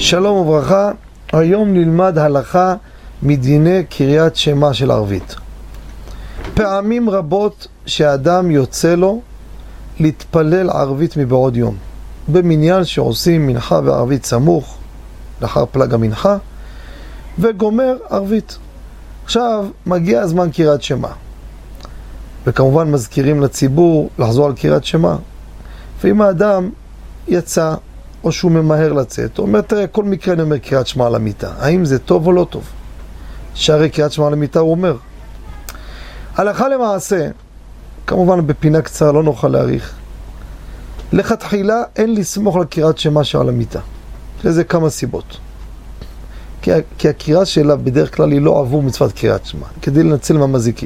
שלום וברכה, היום נלמד הלכה מדיני קריאת שמע של ערבית. פעמים רבות שאדם יוצא לו להתפלל ערבית מבעוד יום, במניין שעושים מנחה וערבית סמוך לאחר פלג המנחה וגומר ערבית. עכשיו מגיע הזמן קריאת שמע, וכמובן מזכירים לציבור לחזור על קריאת שמע. ואם האדם יצא או שהוא ממהר לצאת, הוא אומר, תראה, כל מקרה אני אומר קריאת שמע על המיטה, האם זה טוב או לא טוב? שהרי קריאת שמע על המיטה הוא אומר. הלכה למעשה, כמובן בפינה קצרה, לא נוכל להאריך, לכתחילה אין לסמוך על קריאת שמע שעל המיטה. לזה כמה סיבות. כי הקריאה שלה בדרך כלל היא לא עבור מצוות קריאת שמע, כדי לנצל מהמזיקים.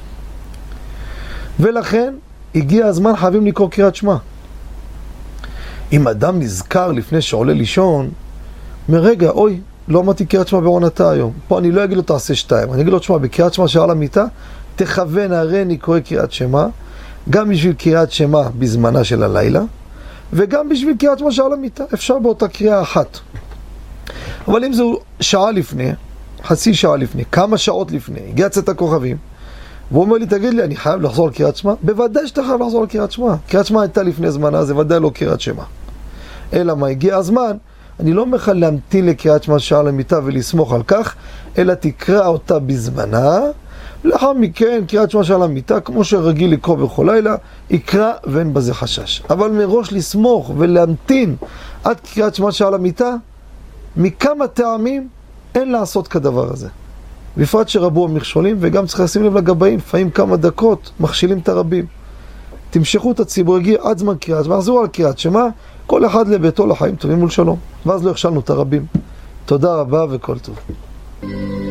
ולכן הגיע הזמן חייבים לקרוא קריאת שמע. אם אדם נזכר לפני שעולה לישון, מרגע, אוי, לא אמרתי קריאת שמע בעונתה היום. פה אני לא אגיד לו תעשה 2, אני אגיד לו, תשמע, בקריאת שמע שעל המיטה, תכוון, הרי אני קורא קריאת שמע, גם בשביל קריאת שמע בזמנה של הלילה, וגם בשביל קריאת שמע שעל המיטה. אפשר באותה קריאה אחת. אבל אם זו שעה לפני, חצי שעה לפני, כמה שעות לפני, הגיע צאת הכוכבים, והוא אומר לי, תגיד לי, אני חייב לחזור על קריאת שמע? בוודאי שאתה חייב לחזור על קריאת שמע. קריאת שמע הייתה לפני זמנה, זה ודאי לא קריאת שמע. אלא מה, הגיע הזמן, אני לא אומר לך להמתין לקריאת שמע שעל המיטה ולסמוך על כך, אלא תקרא אותה בזמנה, לאחר מכן קריאת שמע שעל המיטה, כמו שרגיל לקרוא בכל לילה, יקרא ואין בזה חשש. אבל מראש לסמוך ולהמתין עד קריאת שמע שעל המיטה, מכמה טעמים אין לעשות כדבר הזה. בפרט שרבו המכשולים, וגם צריך לשים לב לגבאים, לפעמים כמה דקות מכשילים את הרבים. תמשכו את הציבור, הגיע עד זמן קריאת שמע, ועזרו על קריאת שמע, כל אחד לביתו לחיים טובים ולשלום. ואז לא הכשלנו את הרבים. תודה רבה וכל טוב.